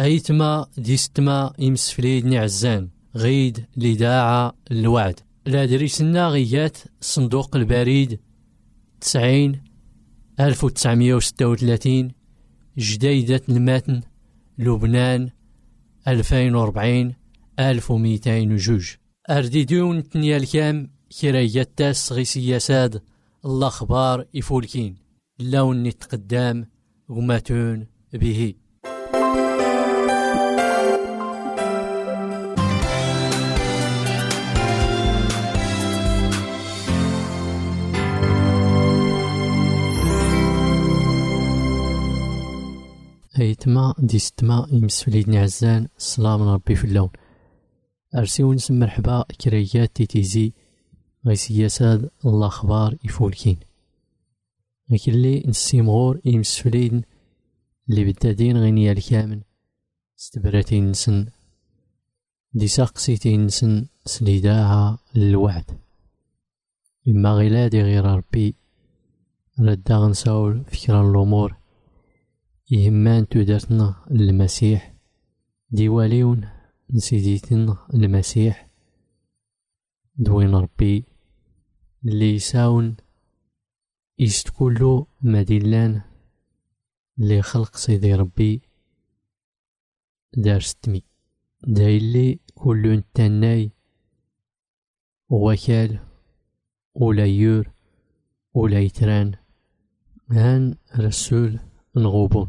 أيتما ديستما إمسفليد نعزان غيد لداعة الوعد لا دريسنا غيات صندوق البريد 90-1936 جديدة المتن لبنان 2040-1202 أرديدون تنيا الكام كرايات تاس غي سياساد الأخبار إفولكين لون نتقدام غماتون به أيتما ديستما يمسفليدني عزان السلام ربي في اللون أرسيو نسم مرحبا كريات تيتيزي غي سياساد الأخبار يفولكين لكن اللي نسيمغور يمسفليدن اللي بدادين غينيا الكامن استبراتين نسن دي ساقسيتين نسن سليداها للوعد إما غيلادي غير ربي ردا غنساول فكرا الأمور يهمان تودرتنا المسيح ديواليون نسيديتنا المسيح دوين ربي اللي يساون يستكلو مدلان اللي خلق سيدي ربي دار ستمي دايلي كل تناي وكال ولا يور ولا يتران هان رسول نغوبون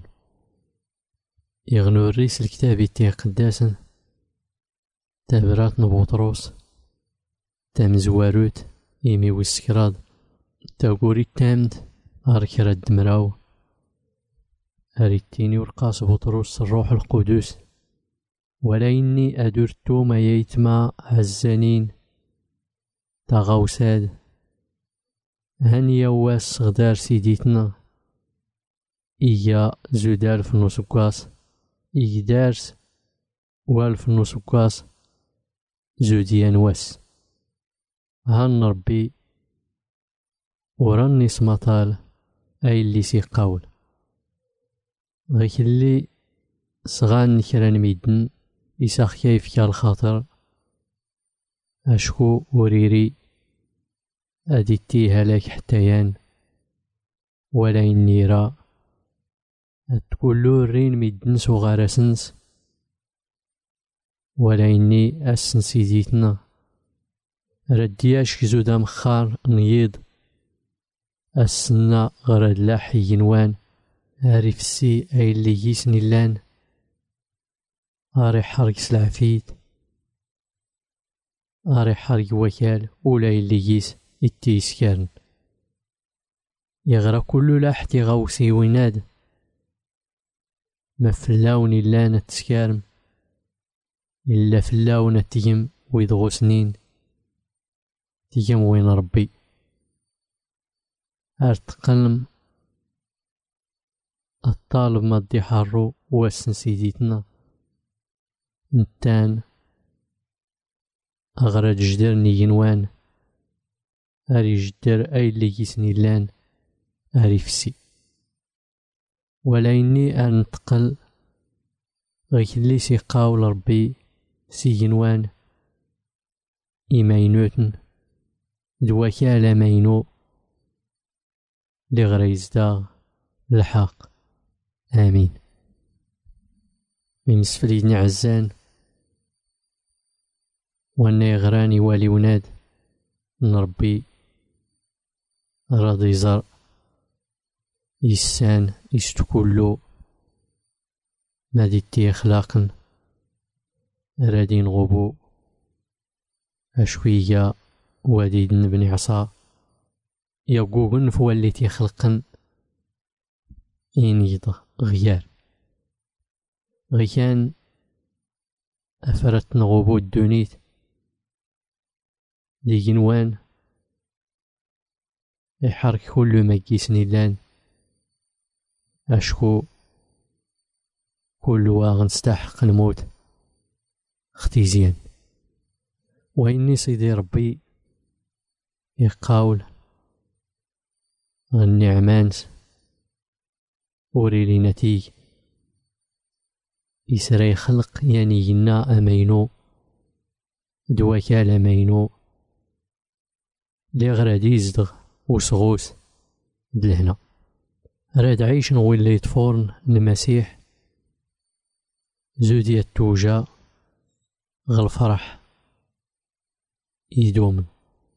يغنو الريس الكتابي تي قداسا تابرات نبوطروس تامزواروت يمي ويسكراد تاقوري التامد أركرا الدمراو أريتيني ورقاس بطروس الروح القدس ولا إني أدرتو ما ييتما عزانين تغوساد هنيا واس غدار سيديتنا إيا زودار في النسكاس إيدارس والف النسكاس زوديان واس هان ربي وراني سمطال أي اللي سيقاول غيك اللي صغان كران ميدن يساخ كيف كالخاطر أشكو وريري أديتي هلاك حتيان ولا إني را أتقولو الرين ميدن صغارسنس ولا إني أسن سيديتنا ردياش كزودا مخار نيض السنة غرد لاحي ينوان عارف السي أي اللي يسني اللان أري حرق سلعفيت أري حرق وكال ولا اللي يس التيسكارن يغرى كل لاحتي غوسي ويناد ما فلاون إلا نتسكارم إلا فلاون تيم ويضغو سنين تيم وين ربي أرتقلم الطالب مادي حارو واسن سيديتنا نتان أغرى جدرني ينوان أري جدر أي اللي يسني لان أري فسي ولا إني أنتقل غيك اللي سيقاول ربي سينوان إيماينوتن دواكالا ماينو لغريز داغ الحق آمين من مسفليدني عزان وانا يغراني والي وناد نربي راضي زر يسان يستكلو ماديتي اخلاقا رادين غبو أشوية وديد نبني عصا يقوغن فواليتي خلقا إنيض غيار غيان أفرت نغبو الدونيت دي جنوان يحرك كل ما يسني لان أشكو كل واغن استحق الموت اختيزيان وإني سيدي ربي يقاول النعمانس وريلي نتيج يسرى خلق يعني ينا أمينو دوكال أمينو لي غرادي يزدغ وصغوس دلهنا راد عيش نولي يتفورن المسيح زودي التوجا غالفرح يدوم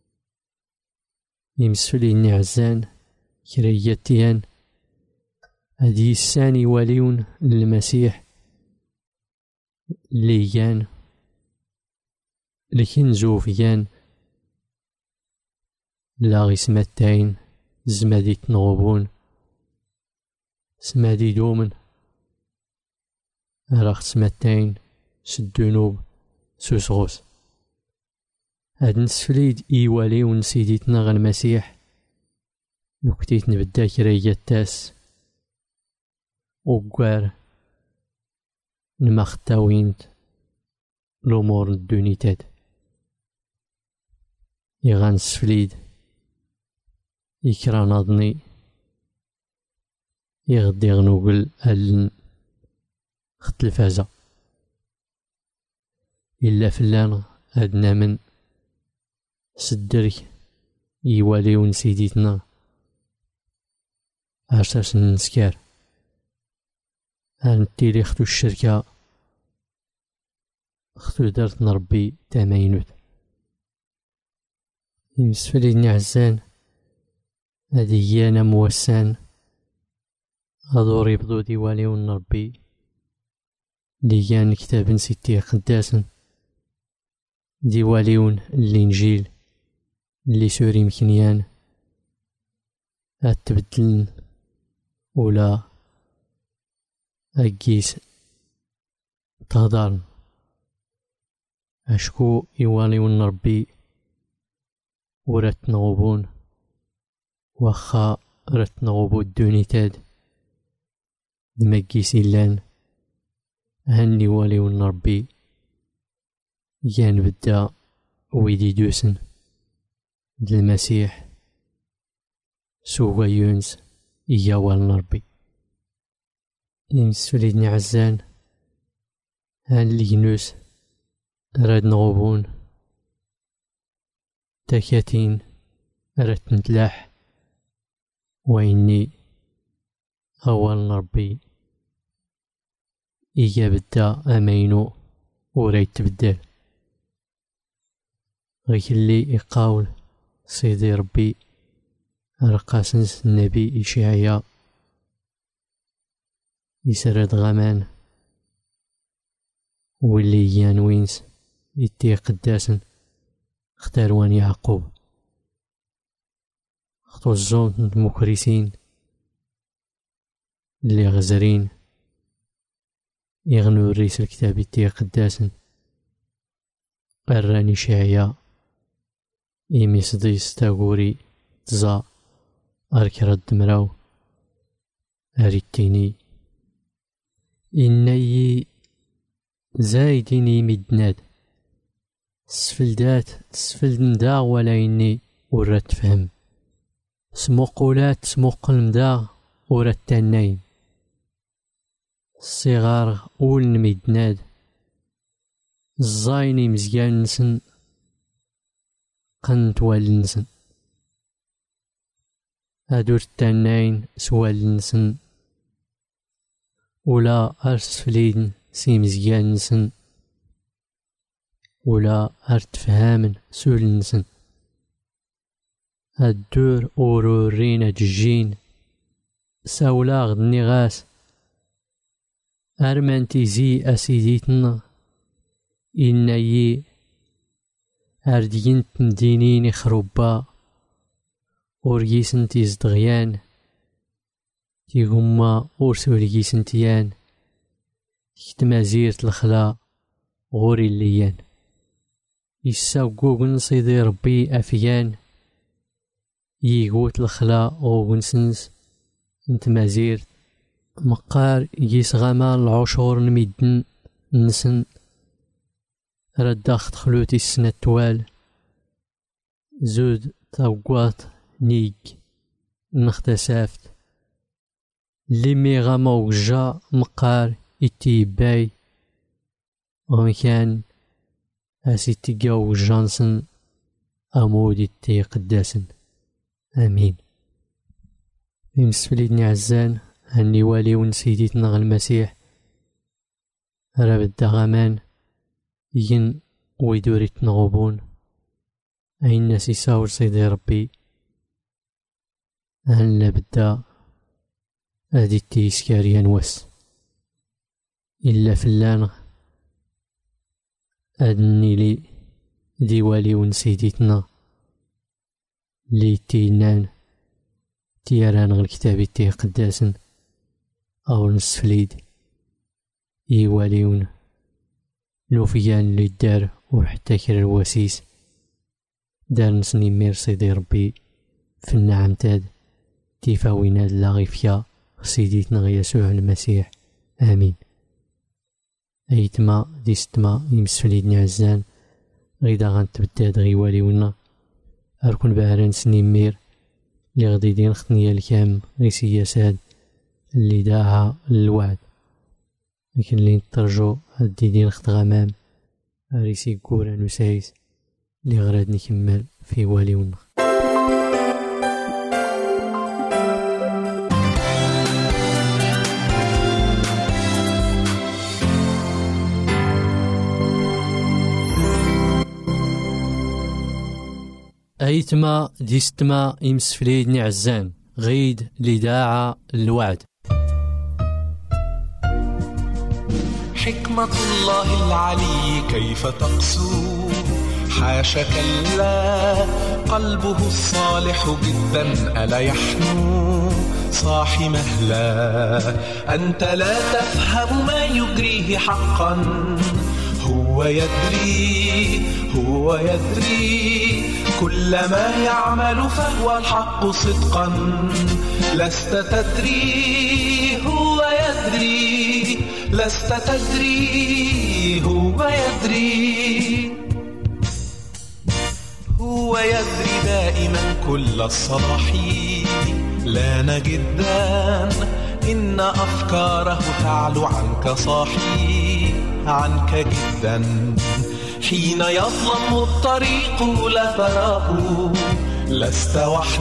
يمسفلي النعزان كرياتيان هادي الساني واليون للمسيح ليان لكن زوفيان لا غيسمتين زمادي تنغبون سمادي دومن راخ سمتين سدونوب سوسغوس هاد نسفليد إيوالي ونسيديتنا غا المسيح نكتيت نبدا كريا التاس وقوار نمختاوينت الأمور الدونيتات يغان سفليد يكرا ناضني يغدي غنوقل ألن خط الفازة إلا فلان أدنا من سدرك يوالي ونسيديتنا عرساس نسكار هانتيلي خطو الشركة خطو دارت نربي تماينوت يمسفلي نعزان هادي هي أنا موسان غادور يبدو ديوالي ونربي ليان كتاب ستي قداسن ديواليون الإنجيل اللي سوري مكنيان هتبدلن ولا أجيس تهدرن أشكو يواليون نربي ورات نغوبون وخا رات نغوبو الدونيتاد دمجيس إلان هني واليون نربي يان بدا ويدي دوسن المسيح سوغا يونس إياوال نربي يمسولي نعزان هان لينوس راد نغوبون تكاتين راد نتلاح وإني أول نربي إيا بدا أمينو وريت تبدل غيك اللي يقاول سيدي ربي رقاسنس النبي إشعيا يسرد غمان واللي يانوينس يتي قداسن اختاروان يعقوب خطو الزون المكرسين اللي غزرين يغنو الرئيس الكتاب يتي قداسن الراني شعيا إيمي صديس تاغوري تزا أركرد مراو أريتيني إني زايديني مدناد سفلدات سفلدندا ولا إني ورات فهم سموقولات سموقل مدا ورات تانين الصغار أول مدناد الزايني مزيان نسن قنت والنسن هادور التانين سوال نسن ولا أرسفلين سي مزيان نسن ولا أرتفهامن سول نسن هادور أورورين ججين ساولا غدني غاس أرمانتي زي أسيديتنا إنايي أردين تمدينين خروبا أورجيسن تيزدغيان تيغما أورسولجيسن تيان كتمازيرت الخلا غوري الليان يساوغوغن صيدي ربي أفيان يغوت الخلا غوغنسنس نتمازيرت مقار يسغما العشور نميدن نسن رداخت خلوتي السنة توال زود توقوات نيك نختسافت لمي غاما وجا مقار اتيباي ومكان أسيتيقاو جانسن أمودي تي قداسن. آمين. يمسفليدني عزان هني والي ونسيديتنا المسيح رابد غامان ين ويدوريت نغوبون أين ناس يساور سيدي ربي هل لابد هادي تيسكاريان وس إلا فلان أدني لي ديوالي ونسيديتنا لي تينان تيران غير كتابي تي قداسن أو نسفليد يواليون لوفيان لي دار وحتى كر الواسيس دار نسني مير سيدي ربي في النعم تاد تيفاوينا لاغيفيا سيديتنا يسوع المسيح. آمين. أيتما دي ستما يمسفليدني عزان غيدا غنتبداد غيواليونا أركن بهران سني مير لي غدي دين ختنيا الكام غي سياسات اللي داها الوعد لكن اللي نترجو هادي دين خت غمام ريسي كورا نسايس اللي غراد نكمل في واليونا. أيتما ديستما يمسفليدني عزان غيد لداعة الوعد. حكمة الله العلي كيف تقسو حاشا كلا قلبه الصالح جدا ألا يحنو صاحي مهلا أنت لا تفهم ما يجريه حقا هو يدري كل ما يعمل فهو الحق صدقا لست تدري هو يدري لست تدري هو يدري دائما كل الصلاح لان جدا إن أفكاره تعلو عنك صاحي عنك جدا حين يظلم الطريق لا تراه لست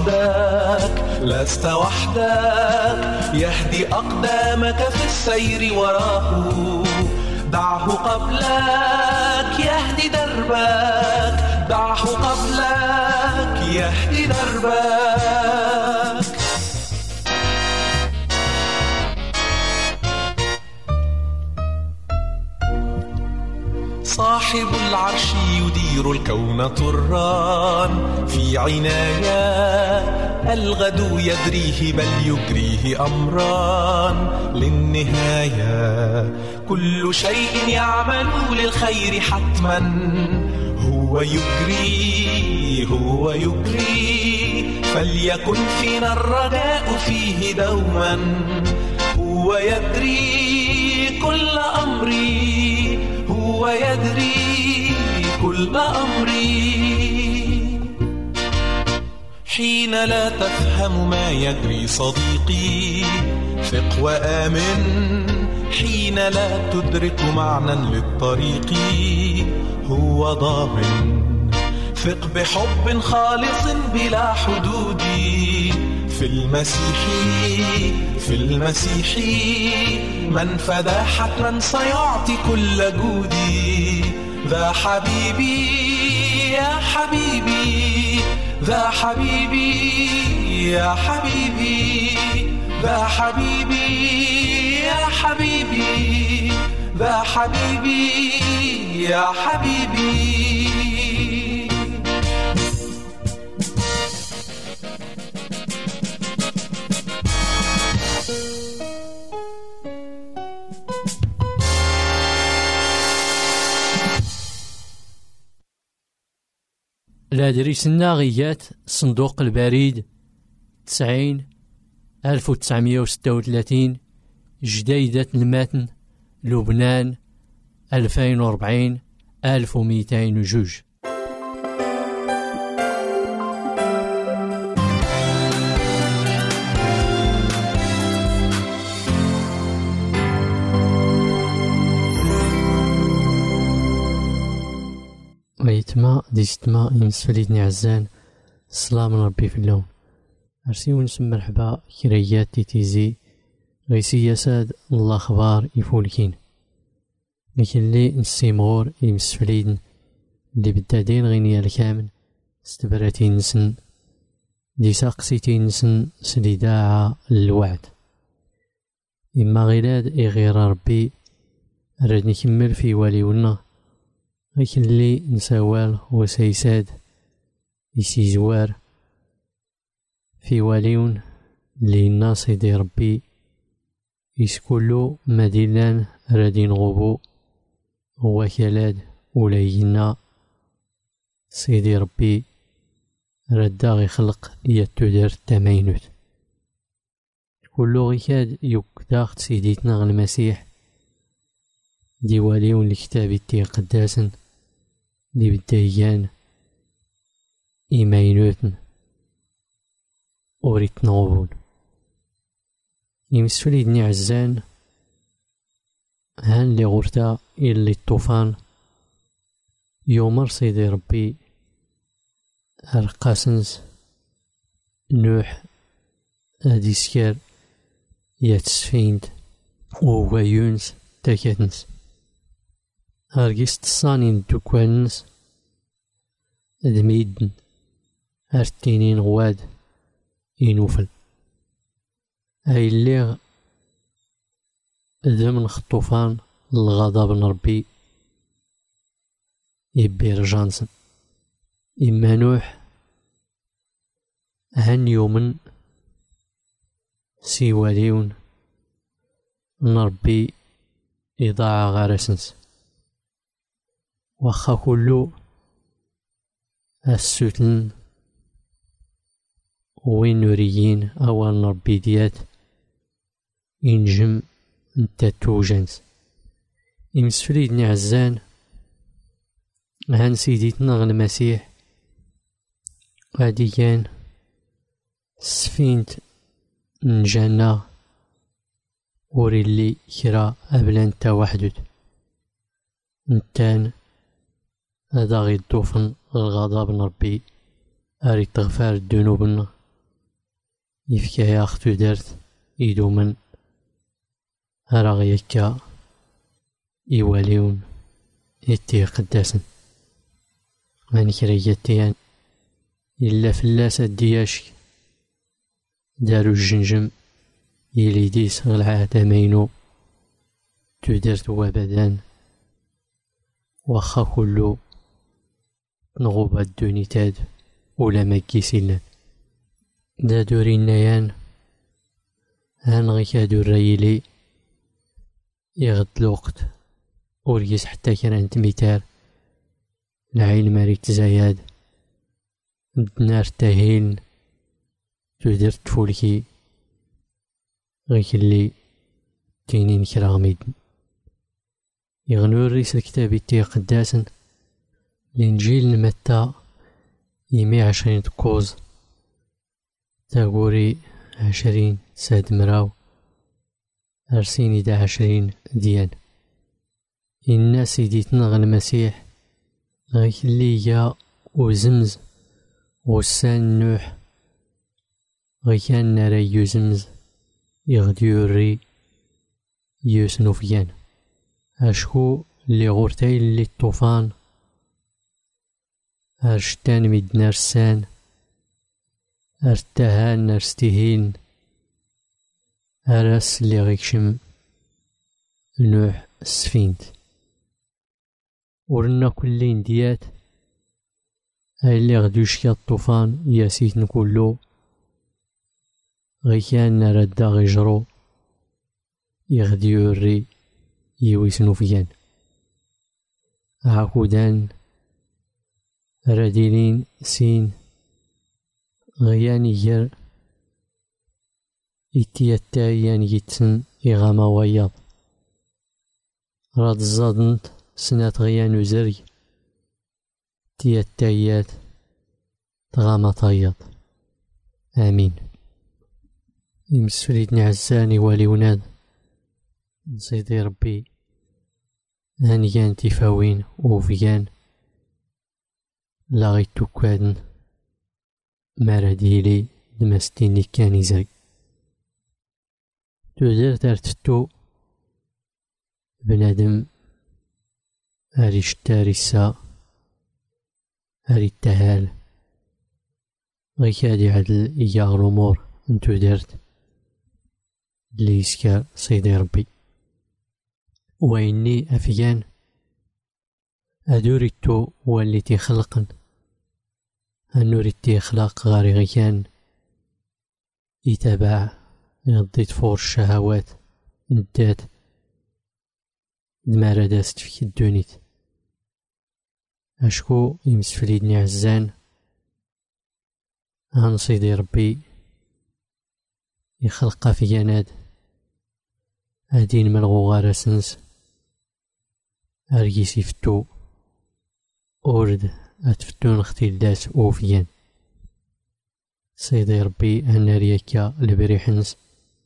وحدك يهدي أقدامك في السير وراه دعه قبلك يهدي دربك دعه قبلك يهدي دربك صاحب العرش يدير الكون طران في عناية الغدو يدريه بل يجريه أمران للنهاية كل شيء يعمل للخير حتما هو يجري فليكن فينا الرجاء فيه دوما هو يدري كل أمري هو يدري كل أمري حين لا تفهم ما يجري صديقي ثق وآمن حين لا تدرك معنى للطريق هو ضامن ثق بحب خالص بلا حدود في المسيح من فدى حتما سيعطي كل جودي ذا حبيبي يا حبيبي ذا حبيبي يا حبيبي ذا حبيبي يا حبيبي ذا حبيبي يا حبيبي. الأدريس الناغيات صندوق البريد 90-1936 جديدة المتن لبنان 2040-1202. ويتما ديستما يمسفليدني عزان السلام من ربي في اللون أرسي ونسم مرحبا كريات تيتيزي غيسي يساد الله خبار يفولكين لكن اللي نسيمغور يمسفليدن اللي بدادين غينيا الكامل استبراتي نسن دي ساقسيتي نسن سليداعة الوعد إما غيلاد غير ربي راد نكمل في واليونا لكن اللي نساوال وسيساد يسي زوار في واليون اللي الناس يدي ربي يسكولو مدينان رادين غوبو هو كالاد ولينا سيدي ربي ردا غيخلق يتدار التماينوت كلو غيكاد يكداخت سيديتنا المسيح ديواليون الكتاب تي قداسن دي بدايان إيماينوتن أوريت نغوبون يمسفليدني عزان هان لي غورتا إلي الطوفان يومر سيدي ربي القاسنس نوح هادي سكار ياتسفيند وهو يونس تاكاتنس هارجيس تصانين دوكوانس دميدن هارتينين غواد ينوفل هاي الليغ ذمن خطوفان الغضب نربي يبير جانسن إما نوح هن يومن سيواليون نربي إضاعة غارسنس وخا كلو السوتن وين نوريين أول نربي ديات إنجم نتاتو جنس يمسفليدني عزان هان سيديتنا المسيح غادي كان سفينت نجانا وريلي كرا أبلا نتا وحدود نتان هذا غيدوفن الغضب نربي أري تغفر الذنوبنا يفكاها أختو دارت يدومن هرا غيكا يواليون يتي قداسن غاني كرياتيان إلا فلاس الدياشك دارو الجنجم يلي ديس غالعهد مينو تدرت وابدان وخا كلو نغوب الدونيتاد ولا مكيسيلان دا دوري نيان هان غيكادو الريلي يغد الوقت وريس حتى كان تميتار العين ماريت زاياد النار تاهين تدرت تفولكي غيك اللي تينين كرا غميد يغنو الرئيس الكتابي تي قداسن الإنجيل نمتا يمي 20 كوز تاقوري 20 ساد مراو أرسيني دا 20 ديان الناس يديتنا المسيح غيك اللي جا وزمز وسان نوح غيكان ناري يزمز يغديو الري يوسنو فيان أشكو اللي غورتاي اللي الطوفان أرشتان ميد نرسان أرتهان نرستهين أرس اللي غيكشم نوح السفينت ورنا كلين ديات هاي اللي غدوش كا الطوفان ياسيت نكولو غيكان نرد غيجرو يغديو الري يويسنو فيان عاكودان راديلين سين غياني ير إتياتايان يتسن إغاما وياض راد الزادنت سنات غيان وزري تياتايات تغاما طياض آمين يمسفليدني عزاني والي وناد سيدي ربي هانيان تيفاوين وفيان لا غيتو كوادن مارديلي دمستيني كان يزرق تودير ترتفتو بنادم هاري شتاري السا هاري التهال غيكادي عدل إياه الأمور انتو دارت اللي يسكر سيدي ربي وإني أفيان أدوريتو واللي تيخلقن أنوريتي خلاق غاري غيان يتابع يضيت فور الشهوات ندات دمارا داست فيك الدونيت أشكو يمسفليدني عزان هان سيدي ربي يخلق في جناد أدين ملغو غارسنس أرجيسي فتو أورد أتفتون اختيل داس أوفيان سيدي ربي أنا ريكا لبريحنس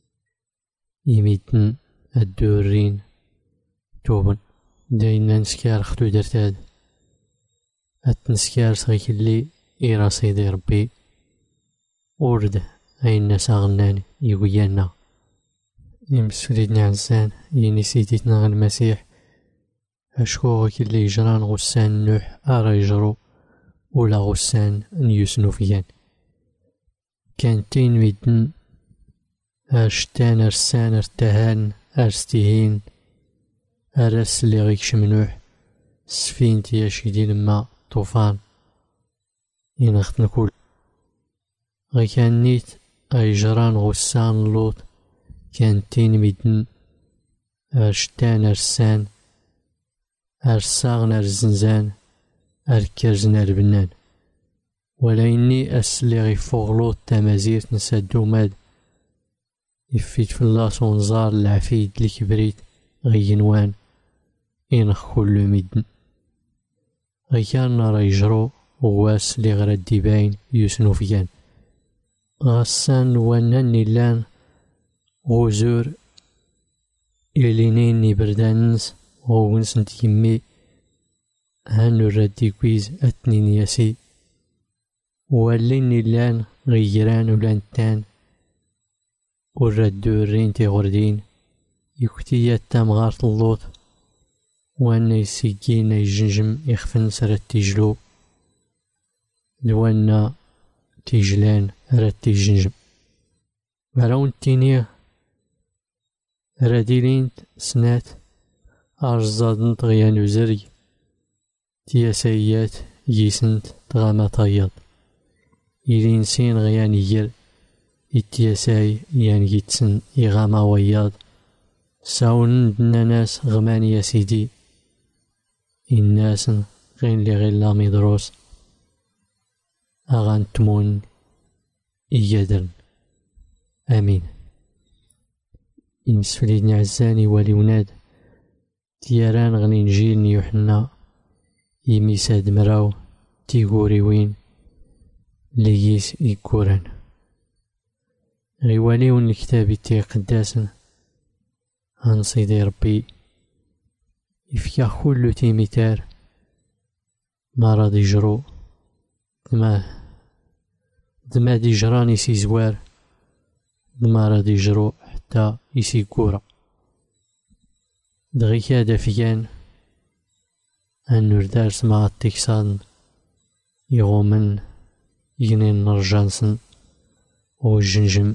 يميتن الدورين توبن داينا نسكار ختو درتاد أتنسكار صغيك اللي إيرا سيدي ربي أورد أين ساغناني يقويانا يمسفليدنا عزان يني سيديتنا المسيح أشكوغك اللي يجران غسان نوح أرى يجرو ولا غسان نيوسنو فيان كانتين ميدن أرشتان أرسان أرتهان أرستيهين أرس اللي غيكش منوح سفين تياشيدي لما طوفان ينخت نكول غيكان نيت أيجران غسان لوط كانتين ميدن أرشتان أرسان أرساغن أرزنزان أركرزن أربنان ولا إني أسلي غيفوغلوط تمازير نسادو ماد يفيد في اللاص ونزار العفيد لي كبريت غينوان إنخ كل ميدن غيكان راه يجرو غواس لي غرا الديباين يوسنو فيان غسان وانان نيلان غوزور إلينين نبردانس غونسنت يمي هانو ردي كويز أتنين ياسي واللين نيلان غيران ولانتان والردو الرين تيغردين يكتيا تامغارت اللوط وانا يسيقين يجنجم يخفن سرت تيجلو لوانا تيجلان رد تيجنجم مراون تينيه راديلين سنات أرزاد طغيان وزري تياسيات يسنت تغاما طياد إلين سين غيان يجر إتياساي يان يتسن إغاما وياض ساون ناس غمان يا سيدي الناس غين لي غير لامي دروس أغان تمون إيادرن آمين يمسفليدني عزاني والي وناد تياران غني نجيل يوحنا يميساد مراو تيغوري وين ليس يكوران غيواليون الكتاب تيقداسن عن سيدي ربي يفيا كل تيميتار ما راضي يجرو دما دي جراني سي زوار دما راضي يجرو حتى يسي كورا دغيك هذا فيان أن نردارس مع التكسان يغومن يغنين نرجانسن والجنجم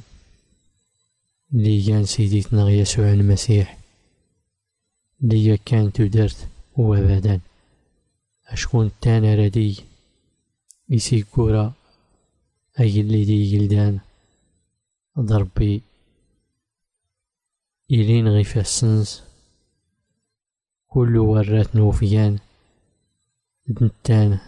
لي سيديتنا يسوع المسيح لي كانت درت وابدا أشكون تانا ردي يسي كورا أي اللي دي جلدان ضربي إلين غيفا السنس كل ورات نوفيان دنتان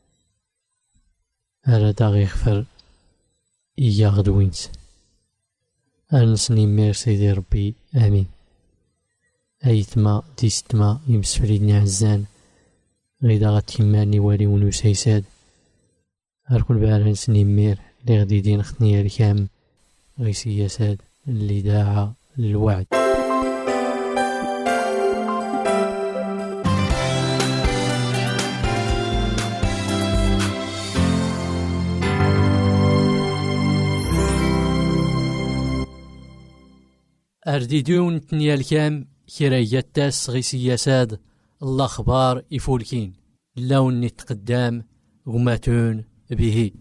أرادا غيغفر إيا غدوينس أنسني مير سيدي ربي آمين أيتما ديستما يمسفليدني عزان غيدا غتيماني والي ونوسيساد هركل بارا نسني مير لي غدي دين ختنيا الكام غيسياساد اللي داعا للوعد أرديدون تنيا الكام كرايات تاس غي سياساد الله خبار يفولكين اللون نتقدام غماتون به.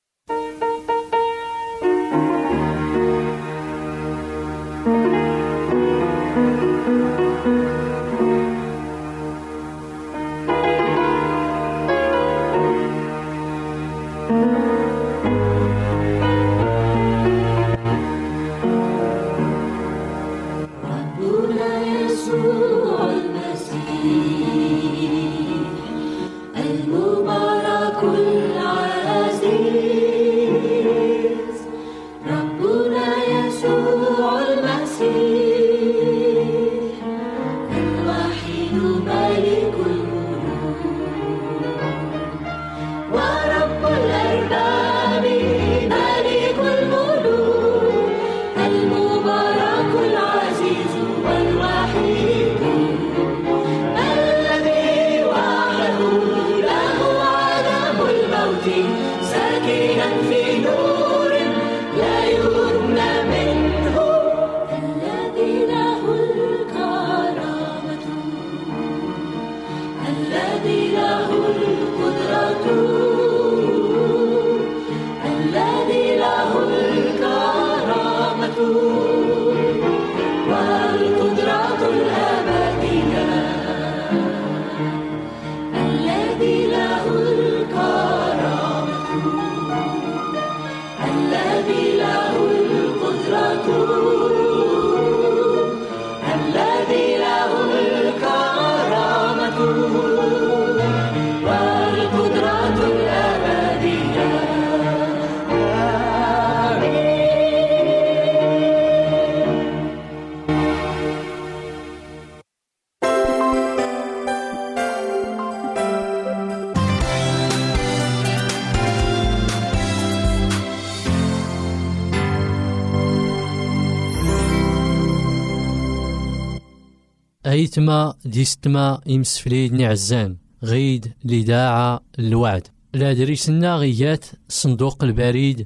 أيتما ديستما إمسفليد نعزان غيد لداعة الوعد لا دريسنا غيات صندوق البريد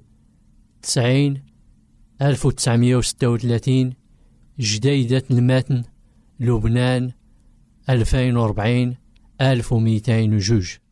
90-1936 جديدة المتن لبنان 2040-1202.